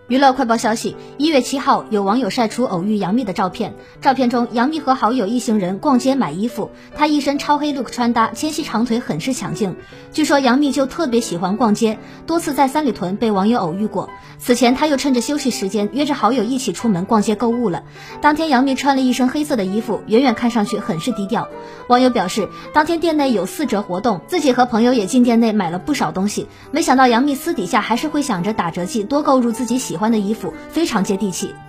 娱乐快报消息，1月7号，有网友晒出偶遇杨幂的照片。照片中，杨幂和好友一行人逛街买衣服，她一身超黑 look 穿搭，纤细长腿很是抢镜。据说杨幂就特别喜欢逛街，多次在三里屯被网友偶遇过。此前，她又趁着休息时间约着好友一起出门逛街购物了。当天，杨幂穿了一身黑色的衣服，远远看上去很是低调。网友表示，当天店内有4折活动，自己和朋友也进店内买了不少东西。没想到杨幂私底下还是会想着打折季多购入自己喜欢的衣服，非常接地气。